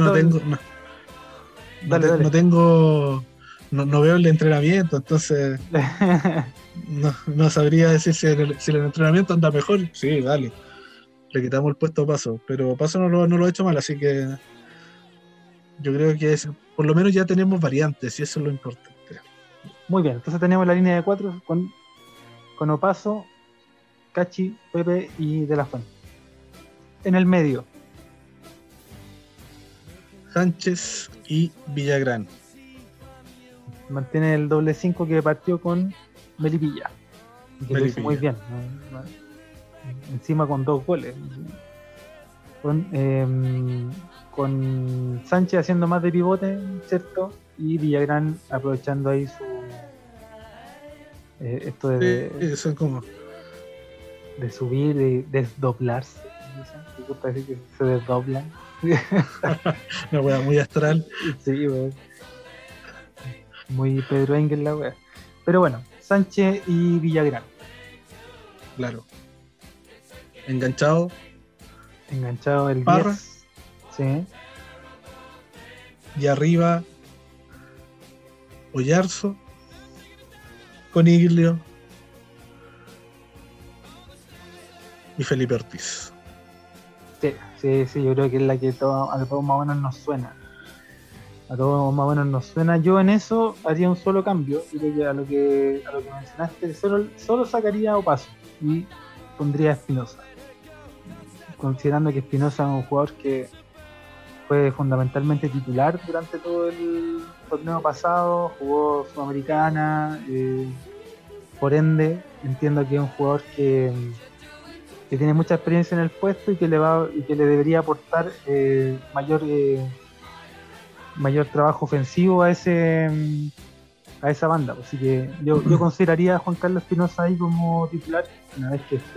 no veo el entrenamiento, entonces no sabría decir si el entrenamiento anda mejor. Sí, dale, le quitamos el puesto a Paso, pero Paso no lo ha hecho mal, así que yo creo que por lo menos ya tenemos variantes y eso es lo importante. Muy bien, entonces tenemos la línea de 4 con Opaso, Cachi, Pepe y De la Fuente. En el medio, Sánchez y Villagrán. mantiene el doble 5 que partió con Melipilla. y que lo hizo muy bien, ¿no? Encima con 2 goles. Con Sánchez haciendo más de pivote, ¿cierto? Y Villagrán aprovechando ahí esto Sí, son como... de subir, de desdoblarse. Me gusta decir que se desdoblan. Una wea muy astral. Sí, weón. Muy Pedro Engel la wea. Pero bueno, Sánchez y Villagrán. Claro. Enganchado. Enganchado el Parra. 10. Sí. Y arriba, Oyarzo, Coniglio y Felipe Ortiz. Sí, yo creo que es la que a todos más o menos nos suena. A todos más o menos nos suena. Yo en eso haría un solo cambio. Yo creo que a lo que mencionaste, solo sacaría a Opaso y pondría a Espinosa. Considerando que Espinosa es un jugador que fue fundamentalmente titular durante todo el torneo pasado, jugó Sudamericana, por ende entiendo que es un jugador que tiene mucha experiencia en el puesto y que le debería aportar mayor trabajo ofensivo a esa banda. Así que yo consideraría a Juan Carlos Espinosa ahí como titular una vez que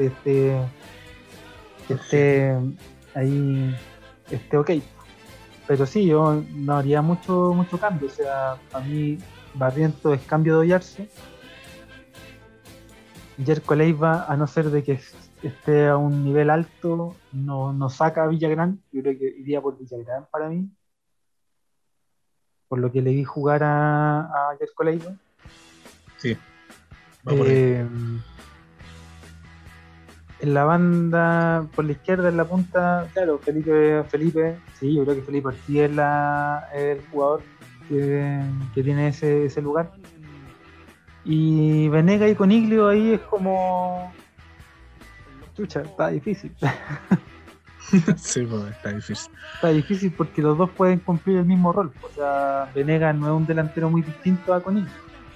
esté ahí, esté ok. Pero sí, yo no haría mucho cambio. O sea, a mí Barrientos es cambio de Oyarzo. Jerko Leiva, a no ser de que esté a un nivel alto, no saca a Villagrán. Yo creo que iría por Villagrán para mí, por lo que le vi jugar a Jerko Leiva. Sí, va por ahí. En la banda, por la izquierda, en la punta, claro, Felipe, sí, yo creo que Felipe Ortiz es el jugador que tiene ese lugar. Y Venega y Coniglio ahí es como... Chucha, está difícil. Sí, pues está difícil. Está difícil porque los dos pueden cumplir el mismo rol. O sea, Venega no es un delantero muy distinto a Coniglio.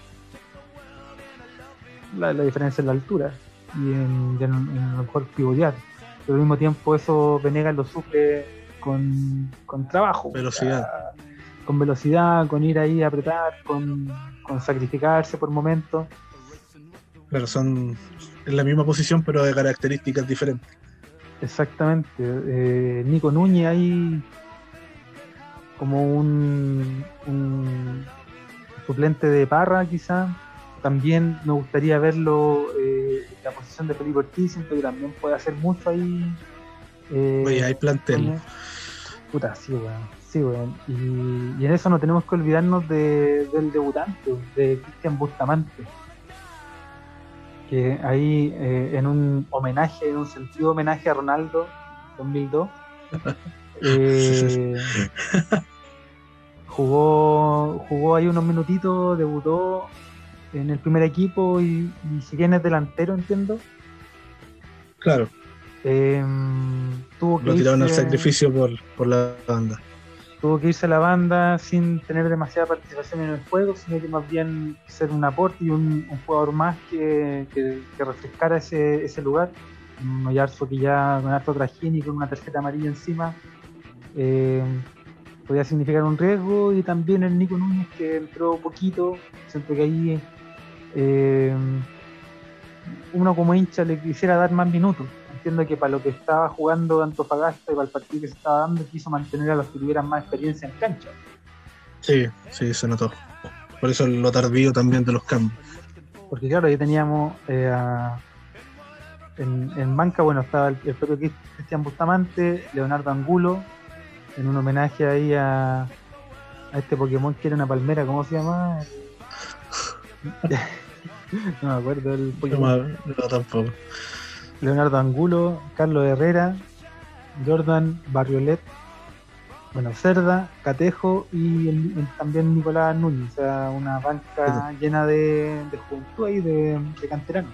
La diferencia es la altura y en a lo mejor pivotear. Pero al mismo tiempo eso Venegas lo sufre con trabajo. Velocidad. Con velocidad, con ir ahí a apretar, con sacrificarse por momentos. Pero son en la misma posición, pero de características diferentes. Exactamente. Nico Núñez ahí como un suplente de Parra quizá. También me gustaría verlo en la posición de Felipe Ortiz, siento que también puede hacer mucho ahí. Oye, hay plantel. Puta, sí, weón. Y en eso no tenemos que olvidarnos del debutante, de Cristian Bustamante. Que ahí en un sentido homenaje a Ronaldo 2002, jugó ahí unos minutitos, debutó en el primer equipo y si bien es delantero, entiendo. Claro. Tuvo que lo tiraron al sacrificio por la banda. Tuvo que irse a la banda sin tener demasiada participación en el juego, sino que más bien ser un aporte y un jugador más que refrescara ese lugar. Un Oyarzo que ya con harto trajín y con una tarjeta amarilla encima podía significar un riesgo, y también el Nico Núñez, que entró poquito. Siento que ahí uno como hincha le quisiera dar más minutos. Entiendo que para lo que estaba jugando Antofagasta y para el partido que se estaba dando, quiso mantener a los que tuvieran más experiencia en cancha. Sí, se notó. Por eso lo tardío también de los cambios. Porque claro, ahí teníamos en banca, bueno, estaba el propio Cristian Bustamante, Leonardo Angulo, en un homenaje ahí a este Pokémon que era una palmera, ¿cómo se llama? No me acuerdo el Pokémon. No, tampoco. Leonardo Angulo, Carlos Herrera, Jordan Barriolet, bueno, Cerda, Catejo y también Nicolás Núñez. O sea, una banca llena de juventud y de canteranos.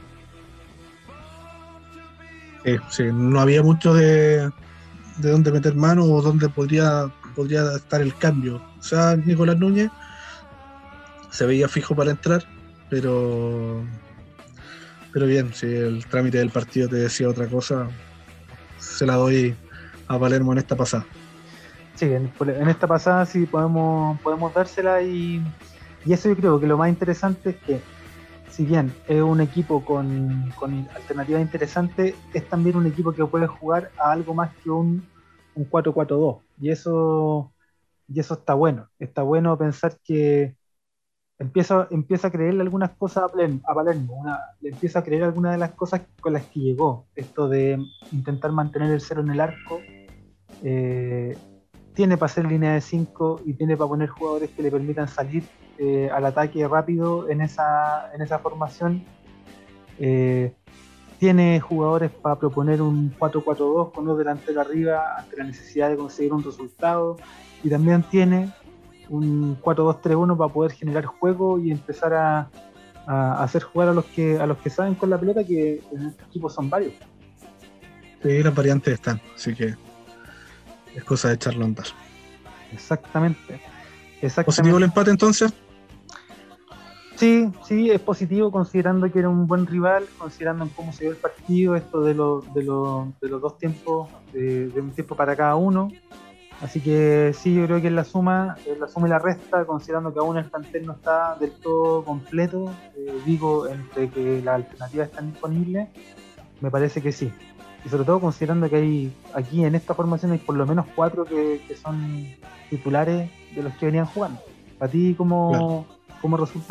Sí, no había mucho de dónde meter mano o dónde podría estar el cambio. O sea, Nicolás Núñez se veía fijo para entrar, pero Pero bien, si el trámite del partido te decía otra cosa, se la doy a Palermo en esta pasada. Sí, en esta pasada sí podemos dársela y eso yo creo que lo más interesante es que si bien es un equipo con alternativas interesantes, es también un equipo que puede jugar a algo más que un 4-4-2 y eso está bueno pensar que empieza a creerle algunas cosas a Palermo, le empieza a creer algunas de las cosas con las que llegó, esto de intentar mantener el cero en el arco, eh, tiene para hacer línea de 5 y tiene para poner jugadores que le permitan salir al ataque rápido en esa formación. Eh, Tiene jugadores para proponer un 4-4-2 con dos delanteros arriba ante la necesidad de conseguir un resultado. Y también tiene un 4-2-3-1 para poder generar juego y empezar a hacer jugar a los que saben con la pelota, que en este equipo son varios. Sí, las variantes están, así que es cosa de echarlo a andar. Exactamente. ¿Positivo el Exactamente. empate entonces? Sí, sí, es positivo considerando que era un buen rival, considerando en cómo se dio el partido, esto de los dos tiempos, de un tiempo para cada uno. Así que sí, yo creo que es la suma y la resta, considerando que aún el plantel no está del todo completo, digo, entre que las alternativas están disponibles, me parece que sí. Y sobre todo considerando que hay aquí en esta formación hay por lo menos 4 que son titulares de los que venían jugando. ¿A ti Claro. cómo resulta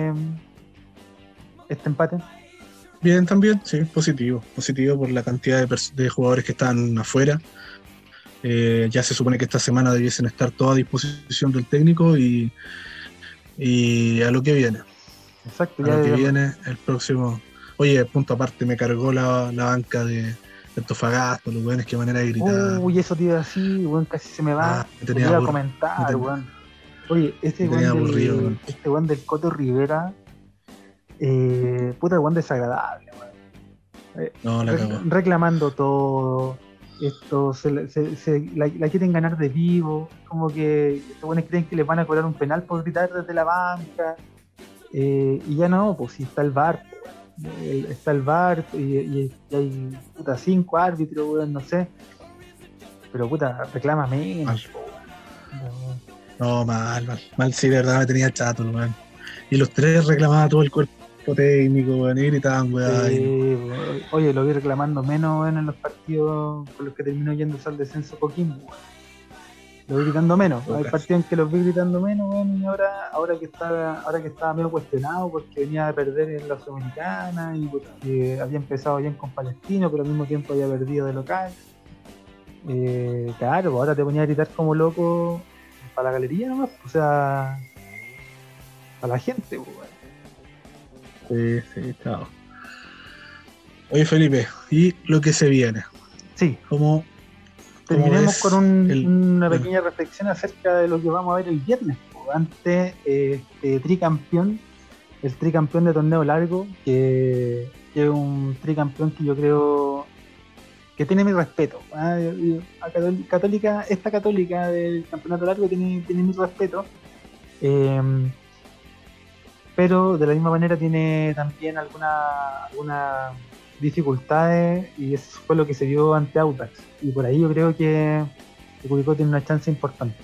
este empate? Bien, también, sí, positivo. Positivo por la cantidad de jugadores que están afuera. Ya se supone que esta semana debiesen estar todos a disposición del técnico y a lo que viene. Exacto, A lo que viene el próximo. Oye, punto aparte, me cargó la banca de Antofagasta, los weones, qué manera de gritar. uy, eso te iba así, weón, casi se me va, Me te lo tenía iba a aburrido. Me, comentar, ten- weón. Oye, me tenía aburrido, weón. este weón del Coto Rivera, puta weón desagradable, No, la cagó. reclamando todo, esto, la quieren ganar de vivo, como que estos weones creen que les van a cobrar un penal por gritar desde la banca, y ya no, pues si está el VAR, está el VAR y hay puta 5 árbitros, weón, no sé, pero puta, reclama Mal. menos, po, weón. No, mal, sí, de verdad me tenía chato, weón. Y los tres reclamaban todo el cuerpo técnico, weón, y gritaban, Sí, weón. oye, lo vi reclamando menos, weón, en los partidos con los que terminó yéndose al descenso Coquimbo, weón. Lo vi gritando menos. Hay Pocas. partidos en que los vi gritando menos, weón, y ahora que estaba medio cuestionado porque venía de perder en la Sudamericana y porque había empezado bien con Palestino, pero al mismo tiempo había perdido de local. Claro, pues ahora te ponía a gritar como loco para la galería nomás, o sea, para la gente, pues, weón. Sí, sí, chao. Oye, Felipe, y lo que se viene, Sí, ¿cómo, cómo terminemos con ves una el- pequeña reflexión acerca de lo que vamos a ver el viernes, pues, ante este tricampeón, el tricampeón de torneo largo, que es un tricampeón que yo creo que tiene mi respeto. ¿Ah? Esta católica del campeonato largo tiene mi respeto, eh, pero de la misma manera tiene también algunas dificultades y eso fue lo que se vio ante Audax. Y por ahí yo creo que Curicó tiene una chance importante.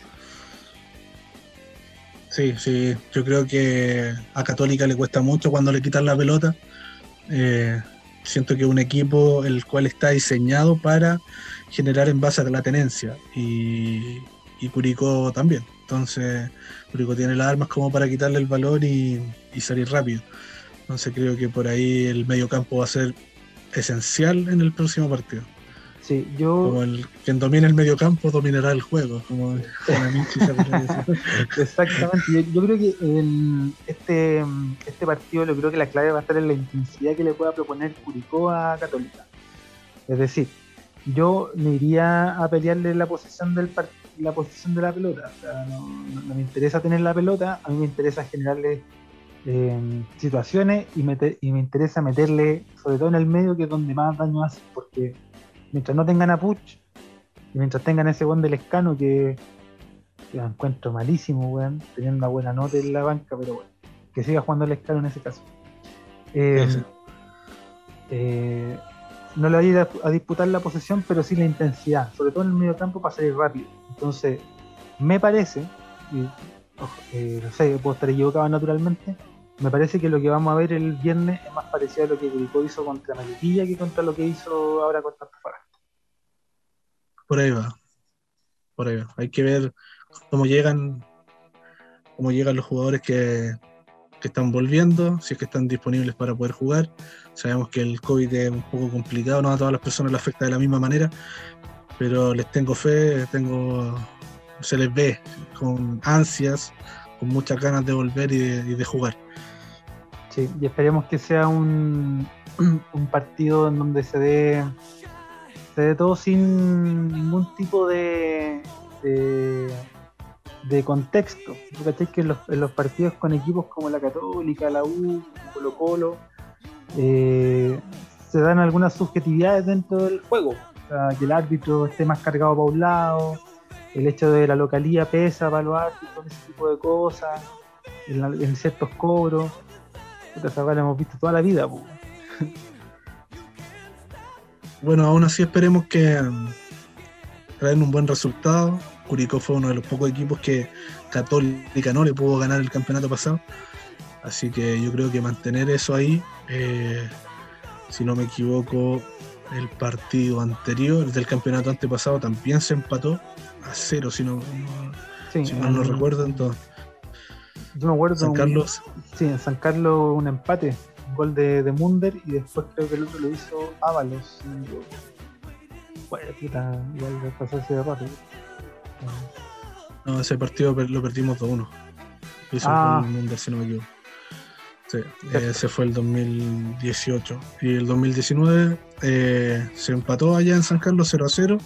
Sí, sí, yo creo que a Católica le cuesta mucho cuando le quitan la pelota. Eh, Siento que es un equipo el cual está diseñado para generar en base a la tenencia y Curicó también. Entonces, Curicó tiene las armas como para quitarle el balón y salir rápido. Entonces, creo que por ahí el medio campo va a ser esencial en el próximo partido. Sí, yo Como el quien domine el medio campo dominará el juego, como Hanamichi se podría decir. exactamente, yo creo que este partido, yo creo que la clave va a estar en la intensidad que le pueda proponer Curicó a Católica. Es decir, yo me iría a pelearle la posición de la pelota. O sea, no me interesa tener la pelota, a mí me interesa generarle situaciones y me interesa meterle, sobre todo en el medio, que es donde más daño hace, porque mientras no tengan a Puch y mientras tengan ese buen del Escano que lo encuentro malísimo, weón, teniendo una buena nota en la banca, pero bueno, que siga jugando el Escano en ese caso. Eh, Ese. no le va a ir a disputar la posesión, pero sí la intensidad, sobre todo en el medio campo para salir rápido. Entonces, me parece, y, no sé, puedo estar equivocado naturalmente, me parece que lo que vamos a ver el viernes es más parecido a lo que Curicó hizo contra Melipilla que contra lo que hizo ahora contra Antofagasta. Por ahí va, por ahí va. Hay que ver cómo llegan, cómo llegan los jugadores que están volviendo, si es que están disponibles para poder jugar. Sabemos que el COVID es un poco complicado, no a todas las personas les afecta de la misma manera, pero les tengo fe, se les ve con ansias, con muchas ganas de volver y de jugar. Sí, y esperemos que sea un partido en donde se dé todo sin ningún tipo de contexto. ¿Tú cachai que en los partidos con equipos como la Católica, la U, Colo-Colo, se dan algunas subjetividades dentro del juego? O sea, que el árbitro esté más cargado para un lado, el hecho de la localía pesa para los árbitros, ese tipo de cosas, en ciertos cobros. Esa lo hemos visto toda la vida, pues. Bueno, aún así esperemos que traen un buen resultado. Curicó fue uno de los pocos equipos que Católica no le pudo ganar el campeonato pasado, así que yo creo que mantener eso ahí, si no me equivoco, el partido anterior del campeonato antepasado también se empató a 0, si no lo recuerdo. Entonces, yo me acuerdo San Carlos. Sí, en San Carlos un empate, un gol de Munder, y después creo que el otro lo hizo Ábalos. Bueno, puta, igual de pasarse de rápido. No, ese partido lo perdimos 2-1. Lo hizo el Munder, si no me equivoco. Sí, ese fue el 2018. Y el 2019 se empató allá en San Carlos 0-0.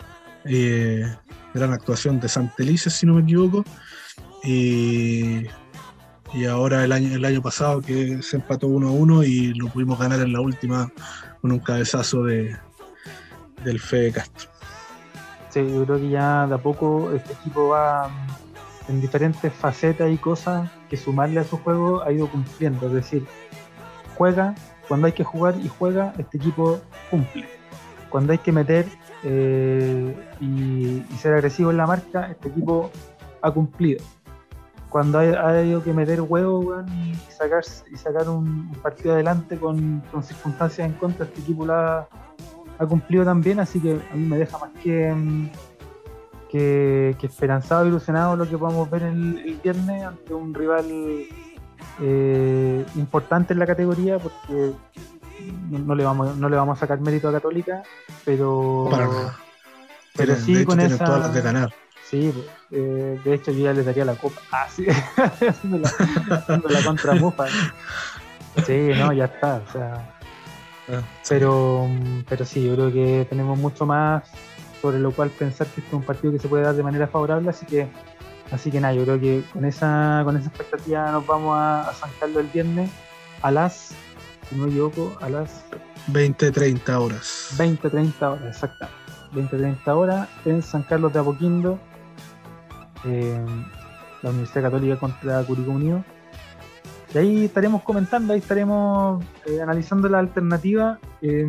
Gran actuación de Santelices, si no me equivoco. Y ahora el año pasado que se empató 1-1 y lo pudimos ganar en la última con un cabezazo del Fede Castro. Sí, yo creo que ya de a poco este equipo va en diferentes facetas y cosas que sumarle a su juego ha ido cumpliendo. Es decir, juega cuando hay que jugar y juega, este equipo cumple. Cuando hay que meter y ser agresivo en la marca, este equipo ha cumplido. Cuando ha ido que meter huevo, bueno, y sacar un partido adelante con circunstancias en contra, este equipo ha cumplido también, así que a mí me deja más que esperanzado e ilusionado lo que podamos ver el viernes ante un rival importante en la categoría, porque no le vamos a sacar mérito a Católica, pero sí, de hecho, con esa todas las de ganar. Sí, de hecho yo ya les daría la copa. Sí, haciendo la contramufa. Sí, no, ya está, o sea. Pero sí, yo creo que tenemos mucho más sobre lo cual pensar que este es un partido que se puede dar de manera favorable, así que nada, yo creo que con esa expectativa nos vamos a San Carlos el viernes a las, si no me equivoco, a las 20-30 horas. 20-30 horas, exactamente. 20-30 horas en San Carlos de Apoquindo, la Universidad Católica contra Curicó Unido. Y ahí estaremos comentando, ahí estaremos analizando la alternativa.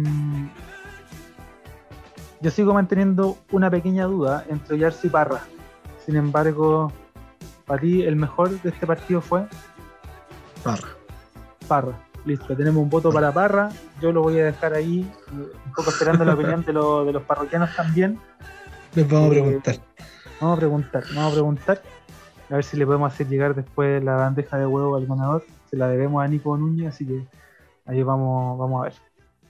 Yo sigo manteniendo una pequeña duda entre Yarzo y Parra. Sin embargo, para ti el mejor de este partido fue Parra. Listo, tenemos un voto para Parra. Yo lo voy a dejar ahí, un poco esperando la opinión de los parroquianos también. Les vamos a preguntar. Vamos a preguntar. A ver si le podemos hacer llegar después la bandeja de huevo al ganador. Se la debemos a Nico Núñez, así que ahí vamos a ver.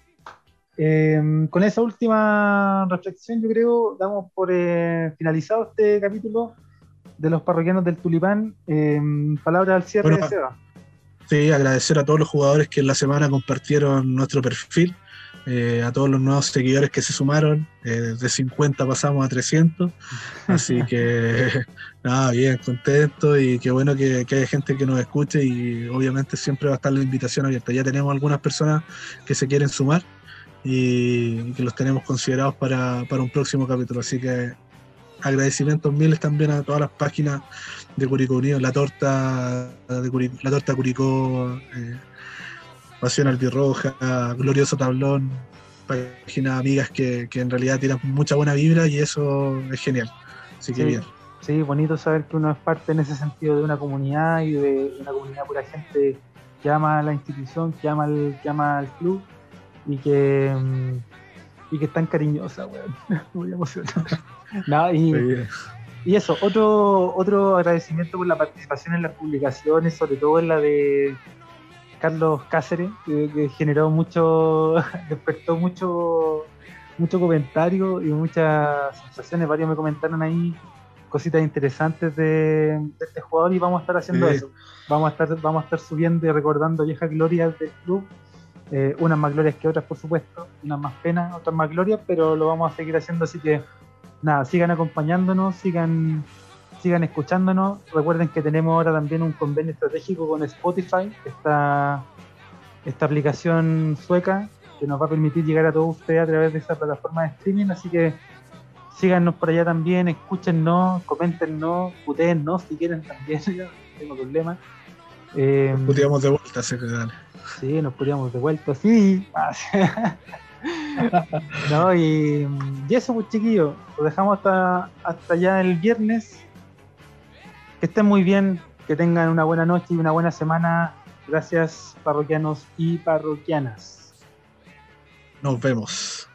Con esa última reflexión, yo creo, damos por finalizado este capítulo de los parroquianos del Tulipán. Palabras al cierre, de Seba. Sí, agradecer a todos los jugadores que en la semana compartieron nuestro perfil, a todos los nuevos seguidores que se sumaron, de 50 pasamos a 300, así que nada, bien, contento, y qué bueno que haya gente que nos escuche, y obviamente siempre va a estar la invitación abierta. Ya tenemos algunas personas que se quieren sumar y que los tenemos considerados para un próximo capítulo, así que agradecimientos miles también a todas las páginas de Curicó Unido, la torta Curicó, Pasión Albirroja, Glorioso Tablón, páginas amigas que en realidad tiran mucha buena vibra y eso es genial. Así que Sí, bien. sí, bonito saber que uno es parte en ese sentido de una comunidad y de una comunidad pura gente que ama a la institución, que ama al club y y que es tan cariñosa, weón. Muy emocionante. No, Muy bien. y eso, otro agradecimiento por la participación en las publicaciones, sobre todo en la de Carlos Cáceres, que generó mucho, despertó mucho comentario y muchas sensaciones. Varios me comentaron ahí cositas interesantes de este jugador y vamos a estar haciendo Sí. eso. Vamos a estar subiendo y recordando viejas glorias del club, unas más glorias que otras, por supuesto, unas más penas, otras más glorias, pero lo vamos a seguir haciendo, así que nada, sigan acompañándonos, sigan escuchándonos. Recuerden que tenemos ahora también un convenio estratégico con Spotify, esta aplicación sueca que nos va a permitir llegar a todos ustedes a través de esa plataforma de streaming, así que síganos por allá también, escúchennos, coméntenos, putéennos si quieren también, yo no tengo problema. Nos puteamos de vuelta, así que dale. Sí, nos podríamos de vuelta, sí. No, y eso, pues chiquillos, lo dejamos hasta ya el viernes. Que estén muy bien, que tengan una buena noche y una buena semana. Gracias, parroquianos y parroquianas. Nos vemos.